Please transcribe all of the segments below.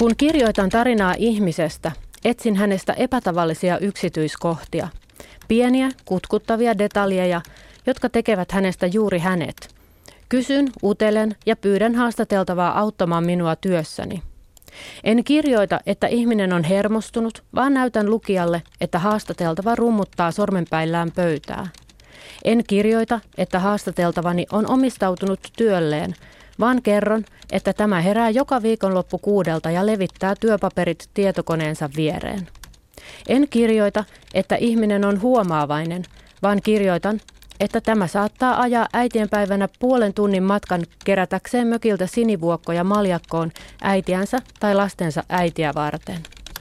Kun kirjoitan tarinaa ihmisestä, etsin hänestä epätavallisia yksityiskohtia. Pieniä, kutkuttavia detaljeja, jotka tekevät hänestä juuri hänet. Kysyn, utelen ja pyydän haastateltavaa auttamaan minua työssäni. En kirjoita, että ihminen on hermostunut, vaan näytän lukijalle, että haastateltava rummuttaa sormenpäillään pöytää. En kirjoita, että haastateltavani on omistautunut työlleen, vaan kerron, että tämä herää joka viikonloppu 6 ja levittää työpaperit tietokoneensa viereen. En kirjoita, että ihminen on huomaavainen, vaan kirjoitan, että tämä saattaa ajaa äitienpäivänä 0,5 tunnin matkan kerätäkseen mökiltä sinivuokkoja maljakkoon äitiänsä tai lastensa äitiä varten.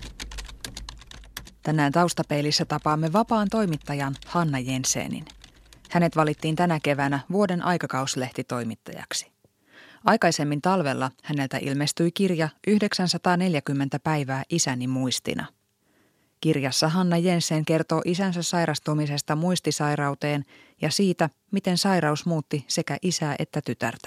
Tänään Taustapeilissä tapaamme vapaan toimittajan Hanna Jensenin. Hänet valittiin tänä keväänä vuoden aikakauslehtitoimittajaksi. Aikaisemmin talvella häneltä ilmestyi kirja 940 päivää isäni muistina. Kirjassa Hanna Jensen kertoo isänsä sairastumisesta muistisairauteen ja siitä, miten sairaus muutti sekä isää että tytärtä.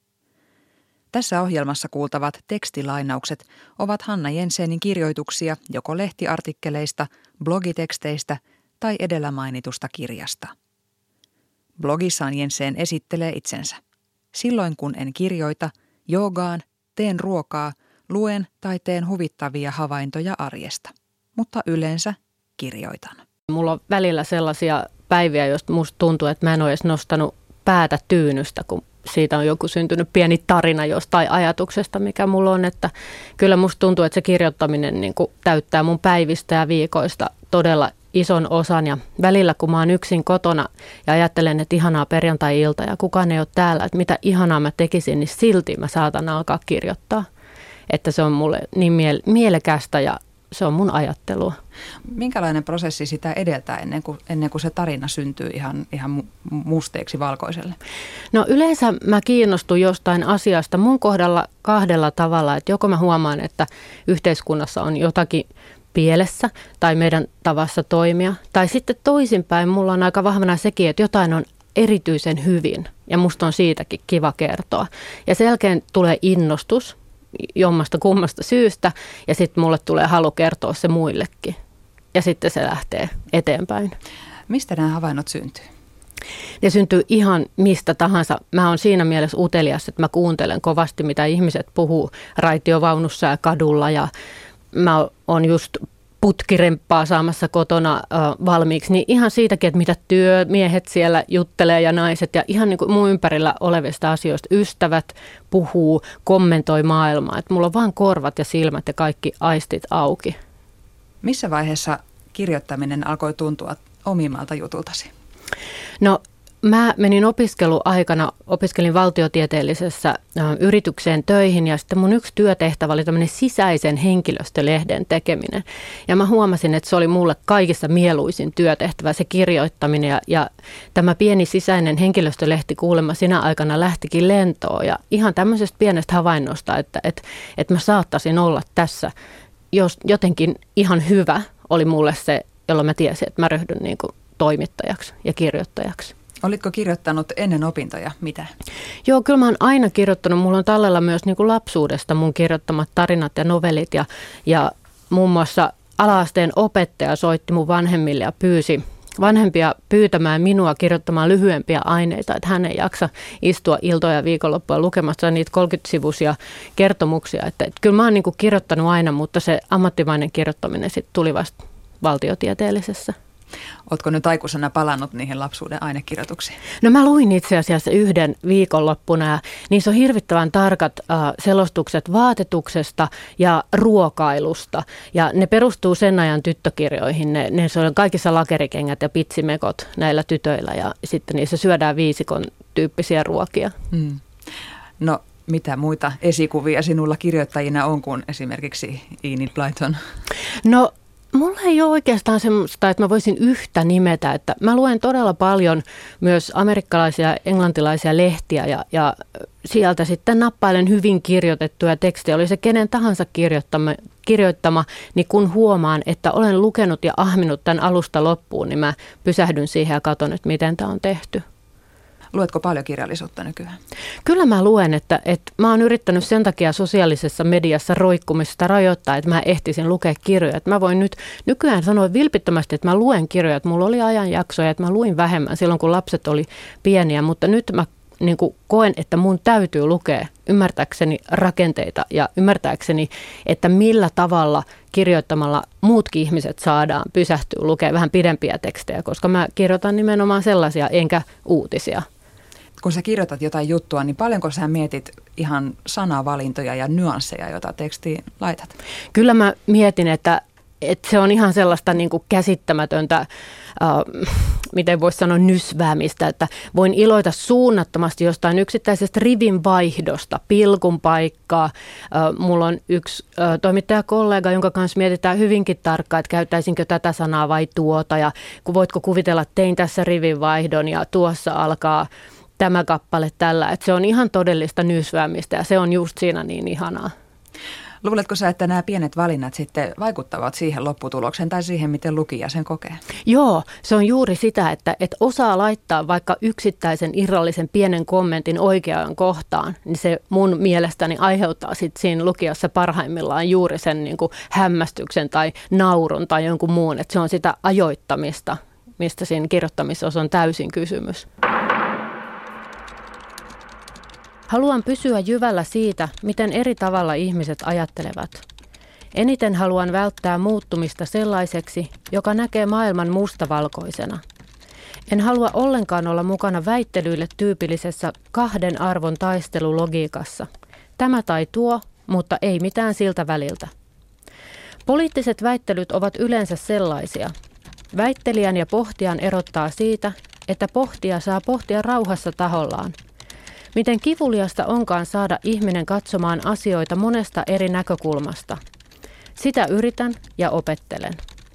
Tässä ohjelmassa kuultavat tekstilainaukset ovat Hanna Jensenin kirjoituksia joko lehtiartikkeleista, blogiteksteistä tai edellä mainitusta kirjasta. Blogissaan Jensen esittelee itsensä. Silloin kun en kirjoita, joogaan, teen ruokaa, luen tai teen huvittavia havaintoja arjesta. Mutta yleensä kirjoitan. Mulla on välillä sellaisia päiviä, joista musta tuntuu, että mä en ole edes nostanut päätä tyynystä, kun siitä on joku syntynyt pieni tarina jostain ajatuksesta, mikä mulla on. Että kyllä musta tuntuu, että se kirjoittaminen niin kuin täyttää mun päivistä ja viikoista todella ison osan. Ja välillä, kun mä oon yksin kotona ja ajattelen, että ihanaa perjantai-ilta ja kukaan ei ole täällä, että mitä ihanaa mä tekisin, niin silti mä saatan alkaa kirjoittaa. Että se on mulle niin mielekästä ja se on mun ajattelua. Minkälainen prosessi sitä edeltää ennen kuin se tarina syntyy ihan musteeksi valkoiselle? No yleensä mä kiinnostun jostain asiasta mun kohdalla 2 tavalla. Että joko mä huomaan, että yhteiskunnassa on jotakin pielessä tai meidän tavassa toimia. Tai sitten toisinpäin mulla on aika vahvana sekin, että jotain on erityisen hyvin ja musta on siitäkin kiva kertoa. Ja sen jälkeen tulee innostus jommasta kummasta syystä ja sitten mulle tulee halu kertoa se muillekin ja sitten se lähtee eteenpäin. Mistä nämä havainnot syntyy? Ne syntyy ihan mistä tahansa. Mä oon siinä mielessä utelias, että mä kuuntelen kovasti mitä ihmiset puhuu raitiovaunussa ja kadulla ja mä oon just putkiremppaa saamassa kotona valmiiksi, niin ihan siitäkin, että mitä työmiehet siellä juttelee ja naiset ja ihan niin kuin mun ympärillä olevista asioista. Ystävät puhuu, kommentoi maailmaa, että mulla on vaan korvat ja silmät ja kaikki aistit auki. Missä vaiheessa kirjoittaminen alkoi tuntua omimmalta jutultasi? No mä menin opiskelin valtiotieteellisessä yritykseen töihin ja sitten mun yksi työtehtävä oli tämmöinen sisäisen henkilöstölehden tekeminen. Ja mä huomasin, että se oli mulle kaikista mieluisin työtehtävä, se kirjoittaminen ja tämä pieni sisäinen henkilöstölehti kuulemma sinä aikana lähtikin lentoon. Ja ihan tämmöisestä pienestä havainnosta, että mä saattaisin olla tässä, jos jotenkin ihan hyvä oli mulle se, jolloin mä tiesin, että mä ryhdyn niin kuin toimittajaksi ja kirjoittajaksi. Olitko kirjoittanut ennen opintoja mitä? Joo, kyllä mä oon aina kirjoittanut. Mulla on tallella myös niin kuin lapsuudesta mun kirjoittamat tarinat ja novellit. Ja muun muassa ala-asteen opettaja soitti mun vanhemmille ja pyysi vanhempia pyytämään minua kirjoittamaan lyhyempiä aineita. Että hän ei jaksa istua iltoja ja viikonloppua lukemassa niitä 30-sivuisia kertomuksia. Että kyllä mä oon niin kuin kirjoittanut aina, mutta se ammattimainen kirjoittaminen sitten tuli vasta valtiotieteellisessä. Ootko nyt aikuisena palannut niihin lapsuuden ainekirjoituksiin? No mä luin itse asiassa yhden viikonloppuna ja niissä on hirvittävän tarkat selostukset vaatetuksesta ja ruokailusta. Ja ne perustuu sen ajan tyttökirjoihin. Ne on kaikissa lakerikengät ja pitsimekot näillä tytöillä ja sitten niissä syödään viisikon tyyppisiä ruokia. No mitä muita esikuvia sinulla kirjoittajina on kuin esimerkiksi Enid Blyton? No mulla ei ole oikeastaan semmoista, että mä voisin yhtä nimetä, että mä luen todella paljon myös amerikkalaisia ja englantilaisia lehtiä ja sieltä sitten nappailen hyvin kirjoitettuja tekstejä. Oli se kenen tahansa kirjoittama, niin kun huomaan, että olen lukenut ja ahminut tämän alusta loppuun, niin mä pysähdyn siihen ja katson, että miten tämä on tehty. Luetko paljon kirjallisuutta nykyään? Kyllä mä luen, että mä oon yrittänyt sen takia sosiaalisessa mediassa roikkumista rajoittaa, että mä ehtisin lukea kirjoja. Että mä voin nyt nykyään sanoa vilpittömästi, että mä luen kirjoja. Että mulla oli ajanjaksoja, että mä luin vähemmän silloin, kun lapset oli pieniä, mutta nyt mä niin kuin koen, että mun täytyy lukea ymmärtääkseni rakenteita ja ymmärtääkseni, että millä tavalla kirjoittamalla muutkin ihmiset saadaan pysähtyä lukemaan vähän pidempiä tekstejä, koska mä kirjoitan nimenomaan sellaisia enkä uutisia. Kun sä kirjoitat jotain juttua, niin paljonko sä mietit ihan sanavalintoja ja nyansseja, joita tekstiin laitat? Kyllä mä mietin, että se on ihan sellaista niin kuin käsittämätöntä, miten voisi sanoa, nysväämistä, että voin iloita suunnattomasti jostain yksittäisestä rivin vaihdosta, pilkun paikkaa. Mulla on yksi toimittajakollega, jonka kanssa mietitään hyvinkin tarkkaan, että käyttäisinkö tätä sanaa vai tuota, ja voitko kuvitella, että tein tässä rivin vaihdon ja tuossa alkaa tämä kappale tällä, että se on ihan todellista nysväämistä ja se on just siinä niin ihanaa. Luuletko sä, että nämä pienet valinnat sitten vaikuttavat siihen lopputulokseen tai siihen, miten lukija sen kokee? Joo, se on juuri sitä, että osaa laittaa vaikka yksittäisen irrallisen pienen kommentin oikeaan kohtaan, niin se mun mielestäni aiheuttaa sitten siinä lukijassa parhaimmillaan juuri sen niin kuin hämmästyksen tai naurun tai jonkun muun, että se on sitä ajoittamista, mistä siinä kirjoittamisessa on täysin kysymys. Haluan pysyä jyvällä siitä, miten eri tavalla ihmiset ajattelevat. Eniten haluan välttää muuttumista sellaiseksi, joka näkee maailman mustavalkoisena. En halua ollenkaan olla mukana väittelyille tyypillisessä kahden arvon taistelulogiikassa. Tämä tai tuo, mutta ei mitään siltä väliltä. Poliittiset väittelyt ovat yleensä sellaisia. Väittelijän ja pohtijan erottaa siitä, että pohtija saa pohtia rauhassa tahollaan. Miten kivuliasta onkaan saada ihminen katsomaan asioita monesta eri näkökulmasta. Sitä yritän ja opettelen.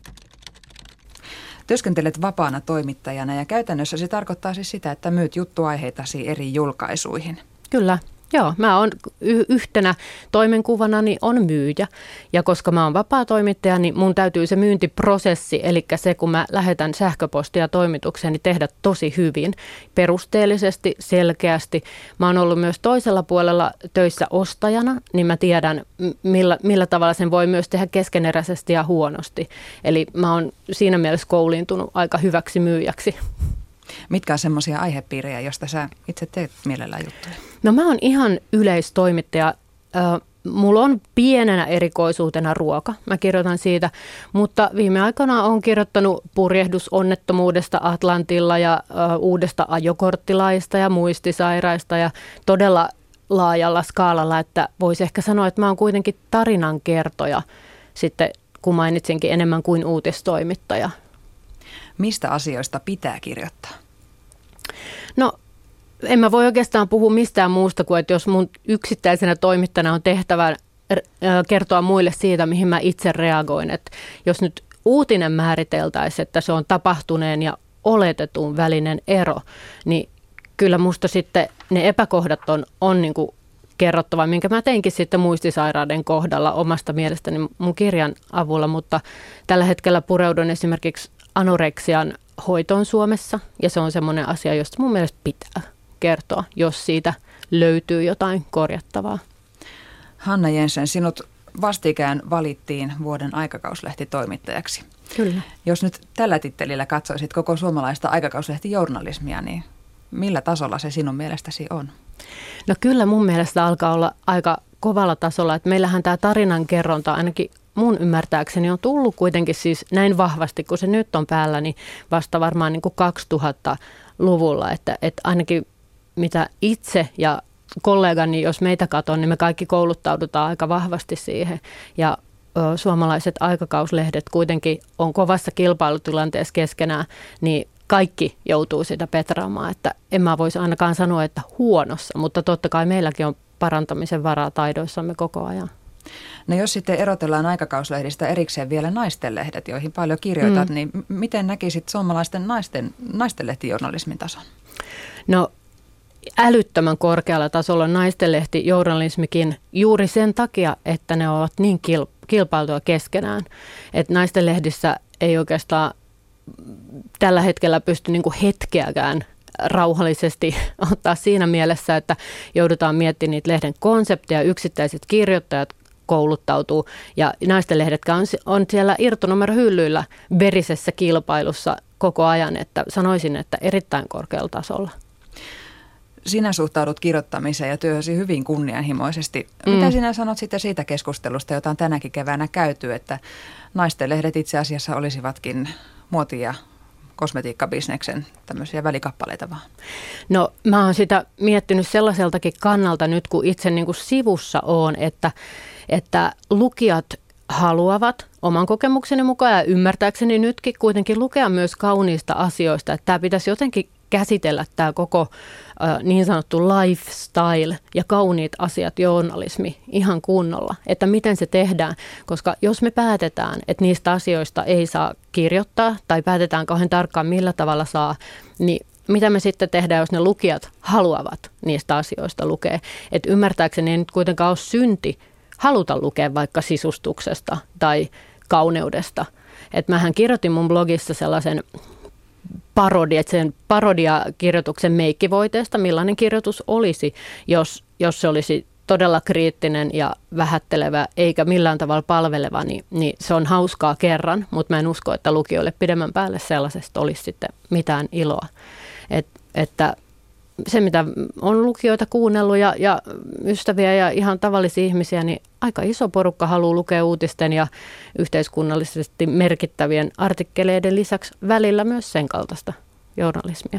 Työskentelet vapaana toimittajana ja käytännössä se tarkoittaa siis sitä, että myyt juttuaiheitasi eri julkaisuihin. Kyllä. Joo, mä oon yhtenä toimenkuvanani on myyjä ja koska mä oon vapaa toimittaja, niin mun täytyy se myyntiprosessi, eli se kun mä lähetän sähköpostia toimitukseen, niin tehdä tosi hyvin, perusteellisesti, selkeästi. Mä oon ollut myös toisella puolella töissä ostajana, niin mä tiedän millä tavalla sen voi myös tehdä keskeneräisesti ja huonosti. Eli mä oon siinä mielessä kouliintunut aika hyväksi myyjäksi. Mitkä on semmoisia aihepiirejä, joista sä itse teet mielellään juttuja? No mä oon ihan yleistoimittaja. Mulla on pienenä erikoisuutena ruoka. Mä kirjoitan siitä, mutta viime aikoina olen kirjoittanut purjehdusonnettomuudesta Atlantilla ja uudesta ajokorttilaista ja muistisairaista ja todella laajalla skaalalla, että voisi ehkä sanoa, että mä oon kuitenkin tarinankertoja sitten, kun mainitsinkin enemmän kuin uutistoimittaja. Mistä asioista pitää kirjoittaa? No, en mä voi oikeastaan puhua mistään muusta kuin, että jos mun yksittäisenä toimittajana on tehtävä kertoa muille siitä, mihin mä itse reagoin. Että jos nyt uutinen määriteltäisiin, että se on tapahtuneen ja oletetun välinen ero, niin kyllä musta sitten ne epäkohdat on niin kuin kerrottava, minkä mä teinkin sitten muistisairauden kohdalla omasta mielestäni mun kirjan avulla, mutta tällä hetkellä pureudun esimerkiksi anoreksian hoitoon Suomessa ja se on semmoinen asia, josta mun mielestä pitää kertoa, jos siitä löytyy jotain korjattavaa. Hanna Jensen, sinut vastikään valittiin vuoden aikakauslehtitoimittajaksi. Kyllä. Jos nyt tällä tittelillä katsoisit koko suomalaista aikakauslehtijournalismia, niin millä tasolla se sinun mielestäsi on? No kyllä mun mielestä alkaa olla aika kovalla tasolla, että meillähän tämä tarinankerronta ainakin mun ymmärtääkseni on tullut kuitenkin siis näin vahvasti, kun se nyt on päällä, niin vasta varmaan niin kuin 2000-luvulla, että ainakin mitä itse ja kollegani, jos meitä katon, niin me kaikki kouluttaudutaan aika vahvasti siihen ja suomalaiset aikakauslehdet kuitenkin on kovassa kilpailutilanteessa keskenään, niin kaikki joutuu sitä petraamaan, että en mä voisi ainakaan sanoa, että huonossa, mutta totta kai meilläkin on parantamisen varaa taidoissamme koko ajan. No jos sitten erotellaan aikakauslehdistä erikseen vielä naistenlehdet, joihin paljon kirjoitat, niin miten näkisit suomalaisten naistenlehtijournalismin tason? No älyttömän korkealla tasolla naistenlehtijournalismikin juuri sen takia, että ne ovat niin kilpailtua keskenään, että naistenlehdissä ei oikeastaan tällä hetkellä pysty niin kuin hetkeäkään rauhallisesti ottaa siinä mielessä, että joudutaan miettimään niitä lehden konsepteja, yksittäiset kirjoittajat kouluttautuu ja naistenlehdetkään on siellä irtonumerohyllyillä verisessä kilpailussa koko ajan, että sanoisin, että erittäin korkealla tasolla. Sinä suhtaudut kirjoittamiseen ja työhösi hyvin kunnianhimoisesti. Mitä sinä sanot sitten siitä keskustelusta, jota on tänäkin keväänä käyty, että naistenlehdet itse asiassa olisivatkin muoti- ja kosmetiikkabisneksen tämmöisiä välikappaleita vaan? No mä oon sitä miettinyt sellaiseltakin kannalta nyt, kun itse niin kuin sivussa on, että lukijat haluavat oman kokemukseni mukaan ja ymmärtääkseni nytkin kuitenkin lukea myös kauniista asioista, että tämä pitäisi jotenkin käsitellä tämä koko niin sanottu lifestyle ja kauniit asiat journalismi ihan kunnolla, että miten se tehdään, koska jos me päätetään, että niistä asioista ei saa kirjoittaa tai päätetään kauhean tarkkaan millä tavalla saa, niin mitä me sitten tehdään, jos ne lukijat haluavat niistä asioista lukea, että ymmärtääkseni ei nyt kuitenkaan ole synti haluta lukea vaikka sisustuksesta tai kauneudesta, että mähän kirjoitin mun blogissa sellaisen parodiakirjoituksen meikkivoiteesta, millainen kirjoitus olisi, jos se olisi todella kriittinen ja vähättelevä eikä millään tavalla palveleva, niin se on hauskaa kerran, mutta mä en usko, että lukijoille pidemmän päälle sellaisesta olisi sitten mitään iloa. Että se, mitä on lukijoita kuunnellut ja ystäviä ja ihan tavallisia ihmisiä, niin aika iso porukka haluaa lukea uutisten ja yhteiskunnallisesti merkittävien artikkeleiden lisäksi välillä myös sen kaltaista journalismia.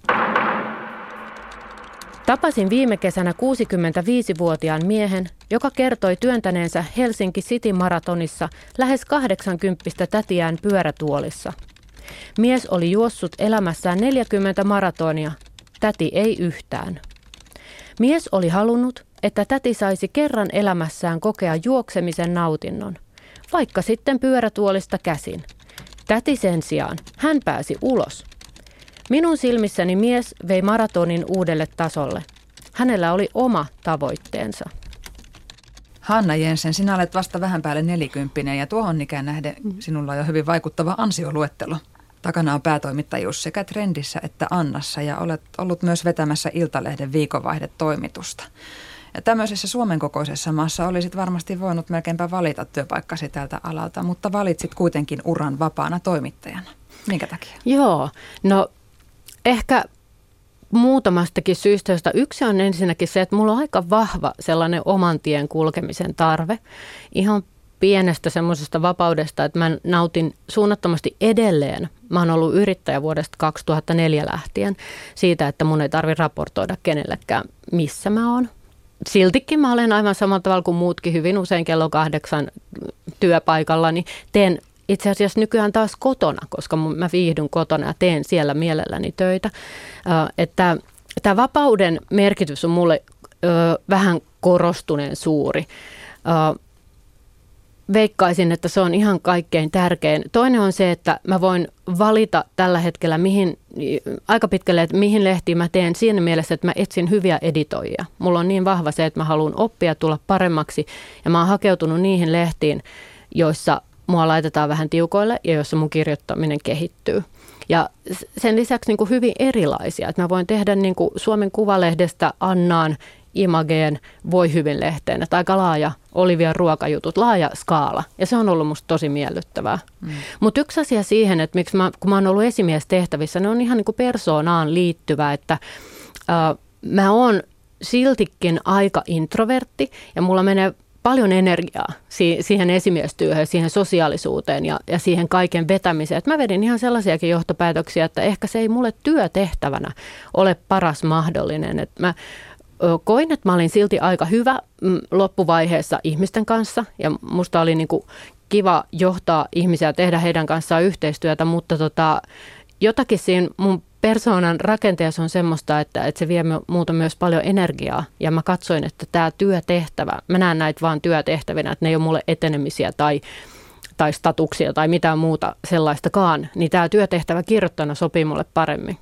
Tapasin viime kesänä 65-vuotiaan miehen, joka kertoi työntäneensä Helsinki City Maratonissa lähes 80 tätiään pyörätuolissa. Mies oli juossut elämässään 40 maratonia, täti ei yhtään. Mies oli halunnut, että täti saisi kerran elämässään kokea juoksemisen nautinnon, vaikka sitten pyörätuolista käsin. Täti sen sijaan, hän pääsi ulos. Minun silmissäni mies vei maratonin uudelle tasolle. Hänellä oli oma tavoitteensa. Hanna Jensen, sinä olet vasta vähän päälle 40 ja tuohon ikään nähden sinulla on jo hyvin vaikuttava ansioluettelo. Takana on päätoimittajuus sekä Trendissä että Annassa ja olet ollut myös vetämässä Iltalehden viikonvaihdetoimitusta. Ja tämmöisessä Suomen kokoisessa maassa olisit varmasti voinut melkeinpä valita työpaikkasi tältä alalta, mutta valitsit kuitenkin uran vapaana toimittajana. Minkä takia? Joo, no ehkä muutamastakin syystä, josta yksi on ensinnäkin se, että mulla on aika vahva sellainen oman tien kulkemisen tarve. Ihan pienestä semmoisesta vapaudesta, että mä nautin suunnattomasti edelleen. Mä oon ollut yrittäjä vuodesta 2004 lähtien siitä, että mun ei tarvitse raportoida kenellekään, missä mä oon. Siltikin mä olen aivan samalla tavalla kuin muutkin hyvin usein kello 8 työpaikalla, niin teen itse asiassa nykyään taas kotona, koska mä viihdyn kotona ja teen siellä mielelläni töitä. Että tämä vapauden merkitys on mulle vähän korostuneen suuri. Veikkaisin, että se on ihan kaikkein tärkein. Toinen on se, että mä voin valita tällä hetkellä aika pitkälle, että mihin lehtiin mä teen siinä mielessä, että mä etsin hyviä editoijia. Mulla on niin vahva se, että mä haluan oppia tulla paremmaksi ja mä oon hakeutunut niihin lehtiin, joissa mua laitetaan vähän tiukoille ja joissa mun kirjoittaminen kehittyy. Ja sen lisäksi niin kuin hyvin erilaisia, että mä voin tehdä niin kuin Suomen Kuvalehdestä Annaan, Imageen, Voi hyvin lehteen, että aika laaja Olivian ruokajutut, laaja skaala. Ja se on ollut musta tosi miellyttävää. Mutta yksi asia siihen, että miksi kun mä oon ollut esimiestehtävissä, ne on ihan niin kuin persoonaan liittyvä, että mä oon siltikin aika introvertti ja mulla menee paljon energiaa siihen esimiestyöhön, siihen sosiaalisuuteen ja siihen kaiken vetämiseen. Et mä vedin ihan sellaisiakin johtopäätöksiä, että ehkä se ei mulle työtehtävänä ole paras mahdollinen. Et mä koin, että mä olin silti aika hyvä loppuvaiheessa ihmisten kanssa ja musta oli niinku kiva johtaa ihmisiä ja tehdä heidän kanssaan yhteistyötä, mutta jotakin siinä mun persoonan rakenteessa on semmoista, että se vie muuta myös paljon energiaa ja mä katsoin, että tämä työtehtävä, mä näen näitä vaan työtehtävinä, että ne ei ole mulle etenemisiä tai statuksia tai mitään muuta sellaistakaan, niin tämä työtehtävä kirjoittajana sopii mulle paremmin.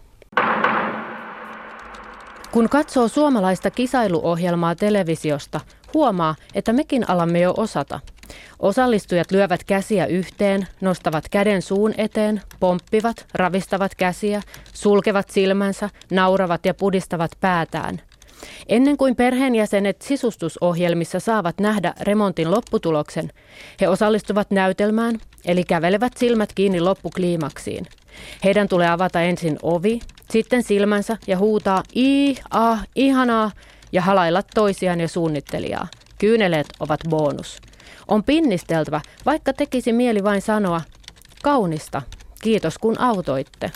Kun katsoo suomalaista kisailuohjelmaa televisiosta, huomaa, että mekin alamme jo osata. Osallistujat lyövät käsiä yhteen, nostavat käden suun eteen, pomppivat, ravistavat käsiä, sulkevat silmänsä, nauravat ja pudistavat päätään. Ennen kuin perheenjäsenet sisustusohjelmissa saavat nähdä remontin lopputuloksen, he osallistuvat näytelmään, eli kävelevät silmät kiinni loppukliimaksiin. Heidän tulee avata ensin ovi, sitten silmänsä ja huutaa ihanaa ja halailla toisiaan ja suunnittelijaa. Kyyneleet ovat bonus. On pinnisteltävä, vaikka tekisi mieli vain sanoa, kaunista, kiitos kun autoitte.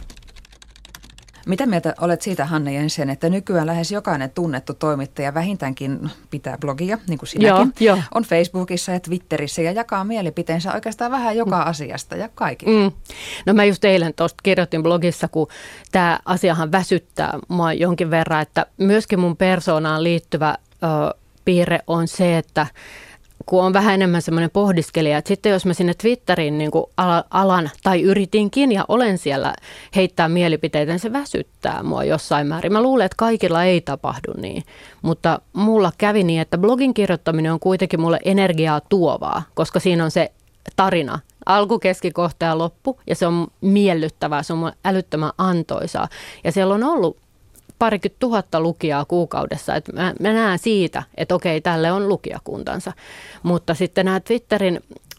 Mitä mieltä olet siitä, Hanna Jensen, että nykyään lähes jokainen tunnettu toimittaja vähintäänkin pitää blogia, niin kuin sinäkin, on Facebookissa ja Twitterissä ja jakaa mielipiteensä oikeastaan vähän joka asiasta ja kaikille? No mä just eilen tuosta kirjoitin blogissa, kun tämä asiahan väsyttää mua jonkin verran, että myöskin mun persoonaan liittyvä piirre on se, että kun on vähän enemmän semmoinen pohdiskelija, että sitten jos mä sinne Twitteriin niin kuin alan tai yritinkin ja olen siellä heittää mielipiteitä, niin se väsyttää mua jossain määrin. Mä luulen, että kaikilla ei tapahdu niin, mutta mulla kävi niin, että blogin kirjoittaminen on kuitenkin mulle energiaa tuovaa, koska siinä on se tarina, alku, keski, kohta ja loppu, ja se on miellyttävää, se on mulle älyttömän antoisaa. Ja siellä on ollut 20 000 lukijaa kuukaudessa, että mä näen siitä, että okei, tälle on lukijakuntansa. Mutta sitten nämä Twitterin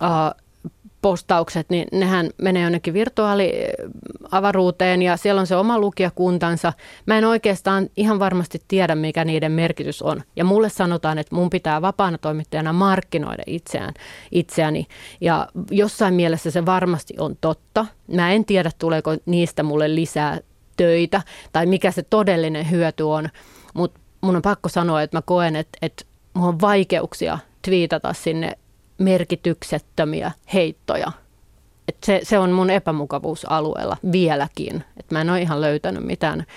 postaukset, niin nehän menee jonnekin virtuaaliavaruuteen ja siellä on se oma lukijakuntansa. Mä en oikeastaan ihan varmasti tiedä, mikä niiden merkitys on. Ja mulle sanotaan, että mun pitää vapaana toimittajana markkinoida itseäni. Ja jossain mielessä se varmasti on totta. Mä en tiedä, tuleeko niistä mulle lisää töitä tai mikä se todellinen hyöty on, mutta mun on pakko sanoa, että mä koen, että mulla on vaikeuksia twiitata sinne merkityksettömiä heittoja. Että se on mun epämukavuusalueella vieläkin, että mä en ole ihan löytänyt mitään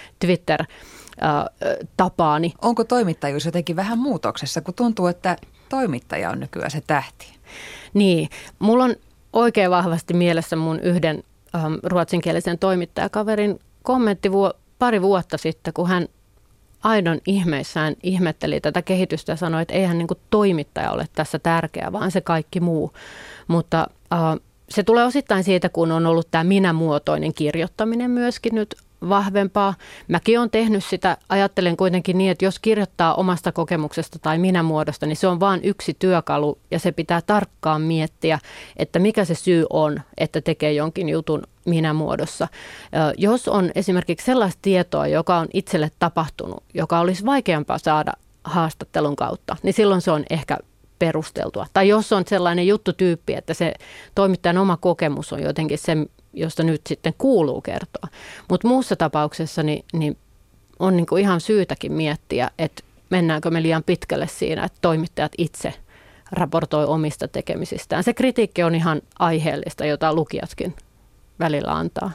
Twitter-tapaani. Onko toimittajuus jotenkin vähän muutoksessa, kun tuntuu, että toimittaja on nykyään se tähti? Niin, mulla on oikein vahvasti mielessä mun yhden ruotsinkielisen toimittajakaverin kommentti pari vuotta sitten, kun hän aidon ihmeissään ihmetteli tätä kehitystä ja sanoi, että eihän niin kuin toimittaja ole tässä tärkeä, vaan se kaikki muu. Mutta se tulee osittain siitä, kun on ollut tämä minämuotoinen kirjoittaminen myöskin nyt vahvempaa. Mäkin olen tehnyt sitä, ajattelen kuitenkin niin, että jos kirjoittaa omasta kokemuksesta tai minämuodosta, niin se on vain yksi työkalu ja se pitää tarkkaan miettiä, että mikä se syy on, että tekee jonkin jutun minämuodossa. Jos on esimerkiksi sellaista tietoa, joka on itselle tapahtunut, joka olisi vaikeampaa saada haastattelun kautta, niin silloin se on ehkä perusteltua. Tai jos on sellainen juttutyyppi, että se toimittajan oma kokemus on jotenkin se, josta nyt sitten kuuluu kertoa. Mutta muussa tapauksessa niin on niinku ihan syytäkin miettiä, että mennäänkö me liian pitkälle siinä, että toimittajat itse raportoi omista tekemisistään. Se kritiikki on ihan aiheellista, jota lukijatkin välillä antaa.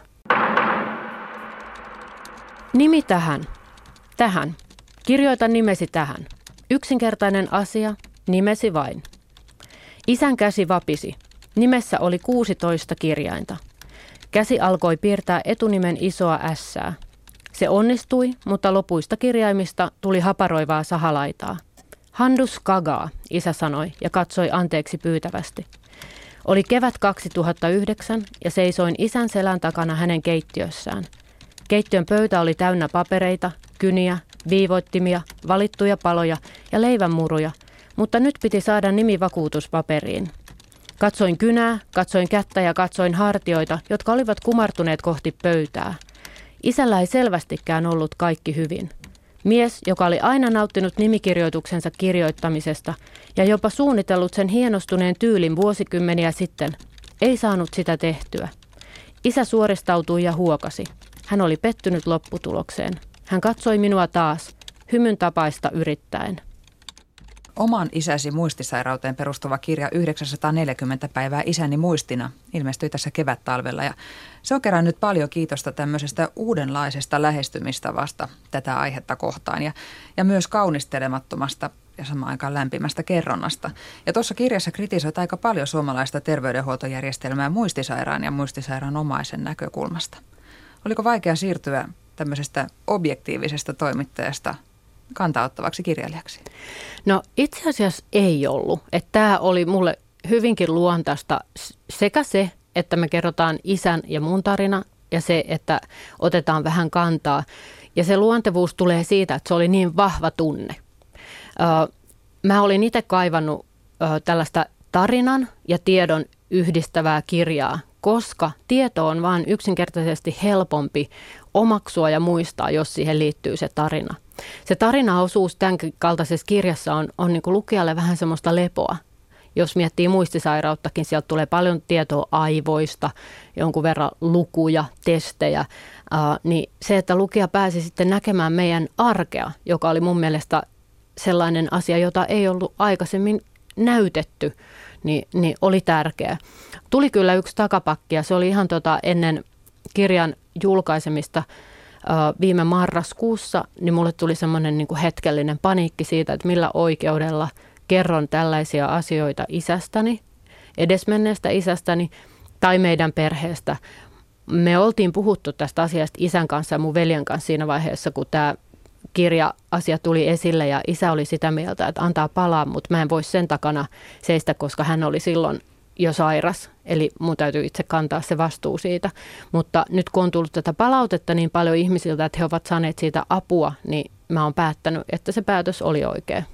Nimi tähän. Kirjoita nimesi tähän. Yksinkertainen asia, nimesi vain. Isän käsi vapisi. Nimessä oli 16 kirjainta. Käsi alkoi piirtää etunimen isoa ässää. Se onnistui, mutta lopuista kirjaimista tuli haparoivaa sahalaitaa. Handus kagaa, isä sanoi ja katsoi anteeksi pyytävästi. Oli kevät 2009 ja seisoin isän selän takana hänen keittiössään. Keittiön pöytä oli täynnä papereita, kyniä, viivoittimia, valittuja paloja ja leivänmuruja, mutta nyt piti saada nimi vakuutuspaperiin. Katsoin kynää, katsoin kättä ja katsoin hartioita, jotka olivat kumartuneet kohti pöytää. Isällä ei selvästikään ollut kaikki hyvin. Mies, joka oli aina nauttinut nimikirjoituksensa kirjoittamisesta ja jopa suunnitellut sen hienostuneen tyylin vuosikymmeniä sitten, ei saanut sitä tehtyä. Isä suoristautui ja huokasi. Hän oli pettynyt lopputulokseen. Hän katsoi minua taas, hymyn tapaista yrittäen. Oman isäsi muistisairauteen perustuva kirja 940 päivää isäni muistina ilmestyi tässä kevättalvella ja se on kerännyt paljon kiitosta tämmöisestä uudenlaisesta lähestymistavasta tätä aihetta kohtaan ja myös kaunistelemattomasta ja samaan aikaan lämpimästä kerronnasta. Ja tuossa kirjassa kritisoit aika paljon suomalaista terveydenhuoltojärjestelmää muistisairaan ja muistisairaan omaisen näkökulmasta. Oliko vaikea siirtyä tämmöisestä objektiivisesta toimittajasta kantauttavaksi kirjailijaksi? No itse asiassa ei ollut. Tämä oli mulle hyvinkin luontaista sekä se, että me kerrotaan isän ja mun tarina ja se, että otetaan vähän kantaa. Ja se luontevuus tulee siitä, että se oli niin vahva tunne. Mä olin itse kaivannut tällaista tarinan ja tiedon yhdistävää kirjaa, koska tieto on vaan yksinkertaisesti helpompi omaksua ja muistaa, jos siihen liittyy se tarina. Se tarinaosuus tämän kaltaisessa kirjassa on niin kuin lukijalle vähän semmoista lepoa. Jos miettii muistisairauttakin, sieltä tulee paljon tietoa aivoista, jonkun verran lukuja, testejä, niin se, että lukija pääsi sitten näkemään meidän arkea, joka oli mun mielestä sellainen asia, jota ei ollut aikaisemmin näytetty, niin oli tärkeä. Tuli kyllä yksi takapakki ja se oli ihan ennen kirjan julkaisemista viime marraskuussa, niin mulle tuli semmoinen niin kuin hetkellinen paniikki siitä, että millä oikeudella kerron tällaisia asioita isästäni, edesmenneestä isästäni tai meidän perheestä. Me oltiin puhuttu tästä asiasta isän kanssa ja mun veljen kanssa siinä vaiheessa, kun tämä kirja-asia tuli esille ja isä oli sitä mieltä, että antaa palaa, mutta mä en voi sen takana seistä, koska hän oli silloin jo sairas. Eli mun täytyy itse kantaa se vastuu siitä. Mutta nyt kun on tullut tätä palautetta niin paljon ihmisiltä, että he ovat saaneet siitä apua, niin mä oon päättänyt, että se päätös oli oikea.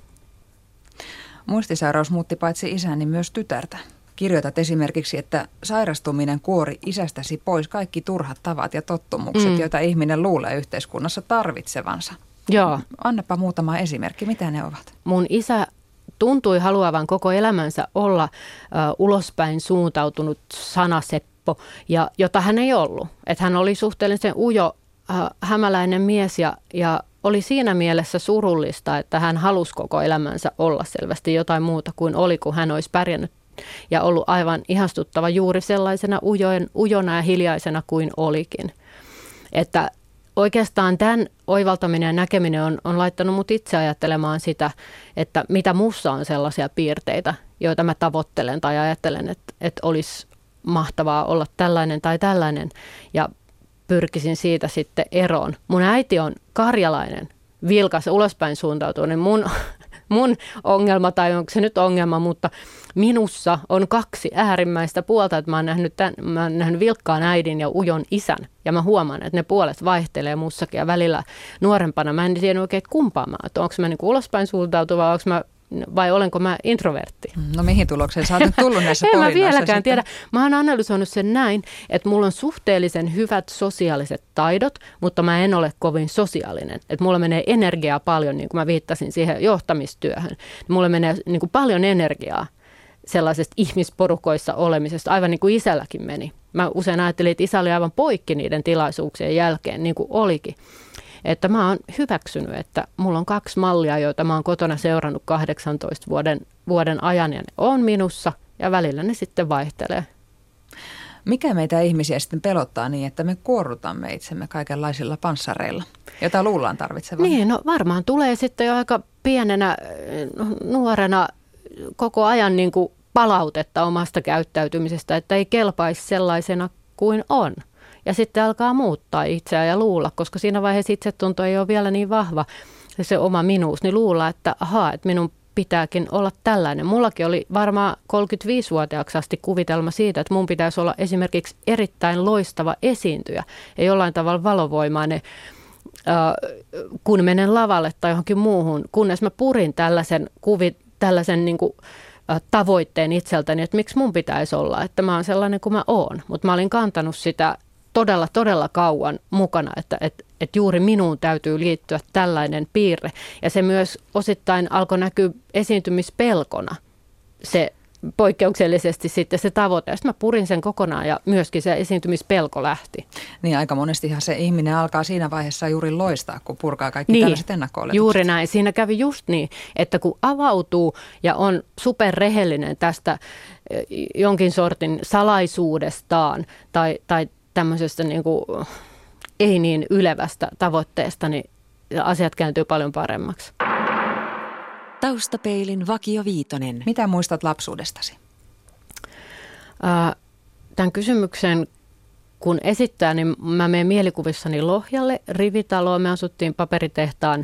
Muistisairaus muutti paitsi isän, niin myös tytärtä. Kirjoitat esimerkiksi, että sairastuminen kuori isästäsi pois kaikki turhat tavat ja tottumukset, joita ihminen luulee yhteiskunnassa tarvitsevansa. Joo. Annapa muutama esimerkki, mitä ne ovat? Mun isä tuntui haluavan koko elämänsä olla ulospäin suuntautunut sanaseppo, ja jota hän ei ollut. Että hän oli suhteellisen ujo, hämäläinen mies ja oli siinä mielessä surullista, että hän halusi koko elämänsä olla selvästi jotain muuta kuin oli, kun hän olisi pärjännyt ja ollut aivan ihastuttava juuri sellaisena ujona ja hiljaisena kuin olikin. Että oikeastaan tämän oivaltaminen ja näkeminen on laittanut mut itse ajattelemaan sitä, että mitä mussa on sellaisia piirteitä, joita mä tavoittelen tai ajattelen, että olisi mahtavaa olla tällainen tai tällainen ja pyrkisin siitä sitten eroon. Mun äiti on karjalainen, vilkas, ulospäin suuntautunut. Mun ongelma, tai onko se nyt ongelma, mutta minussa on kaksi äärimmäistä puolta, että mä oon nähnyt vilkkaan äidin ja ujon isän. Ja mä huomaan, että ne puolet vaihtelee mussakin ja välillä nuorempana. Mä en tiedä oikein kumpaan mä, että onko mä niinku ulospäin suuntautuva vai olenko mä introvertti. No mihin tulokseen sä oot nyt tullut näissä pohdinnoissa? En mä vieläkään tiedä. Mä oon analysoinut sen näin, että mulla on suhteellisen hyvät sosiaaliset taidot, mutta mä en ole kovin sosiaalinen. Että mulla menee energiaa paljon, niin kuin mä viittasin siihen johtamistyöhön. Mulla menee niin kuin paljon energiaa sellaisesta ihmisporukoissa olemisesta, aivan niin kuin isälläkin meni. Mä usein ajattelin, että isä oli aivan poikki niiden tilaisuuksien jälkeen, niin kuin olikin. Että mä oon hyväksynyt, että mulla on 2 mallia, joita mä oon kotona seurannut 18 vuoden ajan ja ne on minussa ja välillä ne sitten vaihtelee. Mikä meitä ihmisiä sitten pelottaa niin, että me kuorrutamme itsemme kaikenlaisilla panssareilla, jota luullaan tarvitsevan? Niin, no varmaan tulee sitten jo aika pienenä nuorena koko ajan niin kuin palautetta omasta käyttäytymisestä, että ei kelpaisi sellaisena kuin on. Ja sitten alkaa muuttaa itseään ja luulla, koska siinä vaiheessa itsetunto ei ole vielä niin vahva, se oma minuus, niin luulla, että että minun pitääkin olla tällainen. Mullakin oli varmaan 35-vuotiaaksi asti kuvitelma siitä, että mun pitäisi olla esimerkiksi erittäin loistava esiintyjä ja jollain tavalla valovoimainen, kun menen lavalle tai johonkin muuhun, kunnes mä purin tällaisen niin kuin tavoitteen itseltäni, että miksi mun pitäisi olla, että mä oon sellainen kuin mä oon. Mutta mä olin kantanut sitä todella kauan mukana, että juuri minuun täytyy liittyä tällainen piirre. Ja se myös osittain alkoi näkyä esiintymispelkona, se poikkeuksellisesti sitten se tavoite. Sitten mä purin sen kokonaan ja myöskin se esiintymispelko lähti. Niin aika monestihan se ihminen alkaa siinä vaiheessa juuri loistaa, kun purkaa kaikki tällaiset ennakko-oletukset. Juuri näin. Siinä kävi just niin, että kun avautuu ja on superrehellinen tästä jonkin sortin salaisuudestaan tai tämmöisestä niin kuin ei niin ylevästä tavoitteesta, niin asiat kääntyy paljon paremmaksi. Taustapeilin Vakio Viitonen. Mitä muistat lapsuudestasi? Tämän kysymyksen kun esittää, niin mä menen mielikuvissani Lohjalle rivitaloon. Me asuttiin paperitehtaan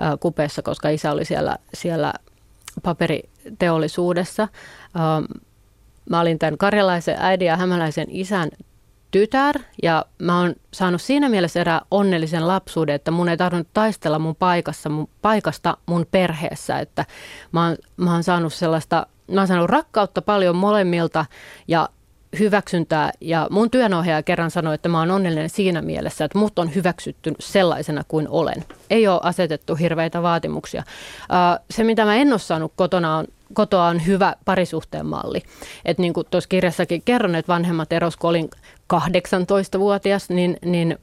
kupeessa, koska isä oli siellä paperiteollisuudessa. mä olin tämän karjalaisen äidin ja hämäläisen isän tytär ja mä oon saanut siinä mielessä erään onnellisen lapsuuden, että mun ei tarvinnut taistella mun paikasta mun perheessä, että mä oon saanut rakkautta paljon molemmilta ja hyväksyntää ja mun työnohjaaja kerran sanoi, että mä oon onnellinen siinä mielessä, että mut on hyväksytty sellaisena kuin olen. Ei ole asetettu hirveitä vaatimuksia. Se, mitä mä en ole saanut kotoa on hyvä parisuhteen malli. Että niin kuin tuossa kirjassakin kerron, että vanhemmat eros, kun olin 18-vuotias, niin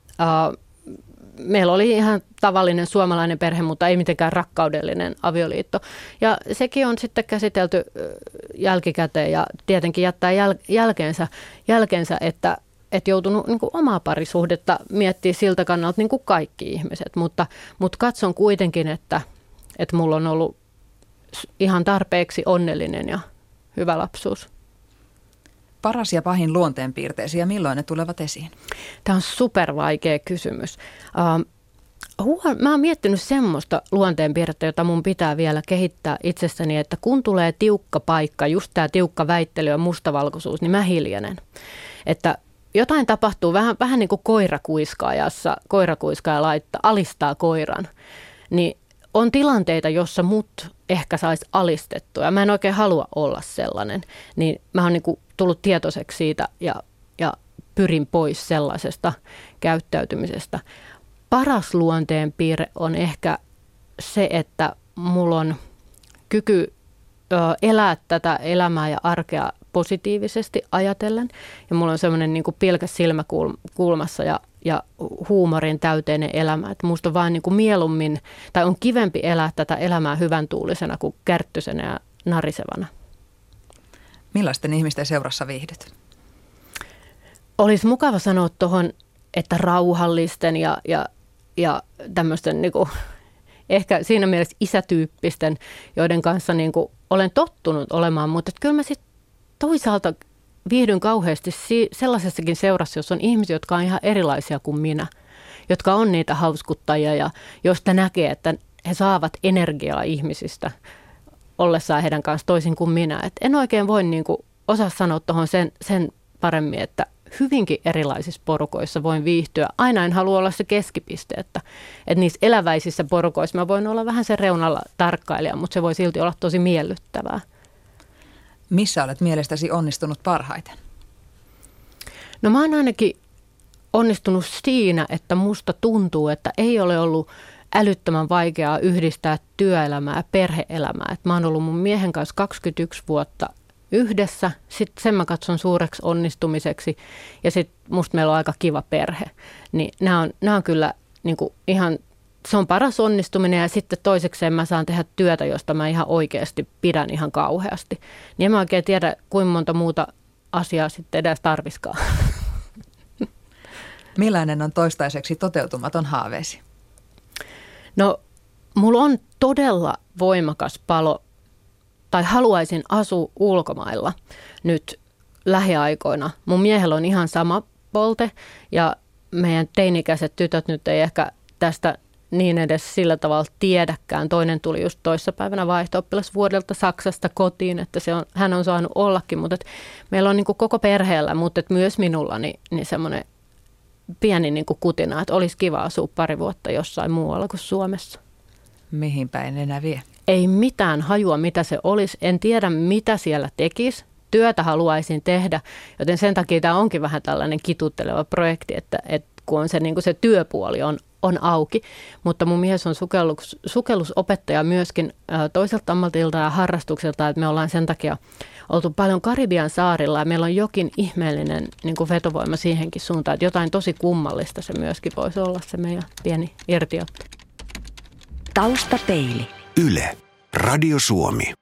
meillä oli ihan tavallinen suomalainen perhe, mutta ei mitenkään rakkaudellinen avioliitto. Ja sekin on sitten käsitelty jälkikäteen ja tietenkin jättää jälkeensä että joutunut niin kuin omaa parisuhdetta miettimään siltä kannalta niin kuin kaikki ihmiset. Mutta katson kuitenkin, että mulla on ollut ihan tarpeeksi onnellinen ja hyvä lapsuus. Paras ja pahin luonteenpiirteesi ja milloin ne tulevat esiin? Tämä on supervaikea kysymys. Mä oon miettinyt semmoista luonteenpiirrettä, jota mun pitää vielä kehittää itsessäni, että kun tulee tiukka paikka, just tämä tiukka väittely ja mustavalkoisuus, niin mä hiljenen. Että jotain tapahtuu vähän niin kuin koirakuiskaajassa. Koirakuiskaaja alistaa koiran. Niin on tilanteita, jossa mut ehkä saisi alistettua ja mä en oikein halua olla sellainen. Niin mä oon niin kuin tullut tietoiseksi siitä ja pyrin pois sellaisesta käyttäytymisestä. Paras luonteenpiirre on ehkä se, että mulla on kyky elää tätä elämää ja arkea positiivisesti ajatellen. Ja mulla on semmoinen niin kuin pilkäs silmäkulmassa ja huumorin täyteinen elämä. Että musta on vaan niin kuin mieluummin, tai on kivempi elää tätä elämää hyvän tuulisena kuin kärttyisenä ja narisevana. Millaisten ihmisten seurassa viihdyt? Olisi mukava sanoa tuohon, että rauhallisten ja tämmöisten niin kuin, ehkä siinä mielessä isätyyppisten, joiden kanssa niin kuin olen tottunut olemaan, mutta kyllä mä sitten toisaalta viihdyn kauheasti sellaisessakin seurassa, jossa on ihmisiä, jotka on ihan erilaisia kuin minä, jotka on niitä hauskuttajia ja joista näkee, että he saavat energiaa ihmisistä ollessaan heidän kanssa toisin kuin minä. Et en oikein voi niin kuin osaa sanoa tuohon sen paremmin, että hyvinkin erilaisissa porukoissa voin viihtyä. Aina en halua olla se keskipiste, että niissä eläväisissä porukoissa mä voin olla vähän sen reunalla tarkkailija, mutta se voi silti olla tosi miellyttävää. Missä olet mielestäsi onnistunut parhaiten? No mä oon ainakin onnistunut siinä, että musta tuntuu, että ei ole ollut älyttömän vaikeaa yhdistää työelämää ja perhe-elämää. Et mä oon ollut mun miehen kanssa 21 vuotta yhdessä, sitten sen mä katson suureksi onnistumiseksi ja sitten musta meillä on aika kiva perhe. Niin nämä on kyllä niinku ihan, se on paras onnistuminen ja sitten toisekseen mä saan tehdä työtä, josta mä ihan oikeasti pidän ihan kauheasti. Niin en mä oikein tiedä, kuinka monta muuta asiaa sitten edes tarviskaan. Millainen on toistaiseksi toteutumaton haaveesi? No, mulla on todella voimakas palo, tai haluaisin asua ulkomailla nyt lähiaikoina. Mun miehellä on ihan sama polte ja meidän teinikäiset tytöt nyt ei ehkä tästä niin edes sillä tavalla tiedäkään. Toinen tuli just toissapäivänä vaihto-oppilasvuodelta Saksasta kotiin, että hän on saanut ollakin, mutta meillä on niin kuin koko perheellä, mutta myös minulla niin semmoinen pieni niin kuin kutina, että olisi kiva asua pari vuotta jossain muualla kuin Suomessa. Mihin päin enää vie? Ei mitään hajua, mitä se olisi. En tiedä, mitä siellä tekisi. Työtä haluaisin tehdä, joten sen takia tämä onkin vähän tällainen kitutteleva projekti, että kun on se, niin kuin se työpuoli on auki. Mutta mun mies on sukellusopettaja myöskin toiselta ammatilta ja harrastukselta, että me ollaan sen takia oltu paljon Karibian saarilla ja meillä on jokin ihmeellinen niin kuin vetovoima siihenkin suuntaan, että jotain tosi kummallista se myöskin voisi olla se meidän pieni irtiotto. Taustapeili. Yle. Radio Suomi.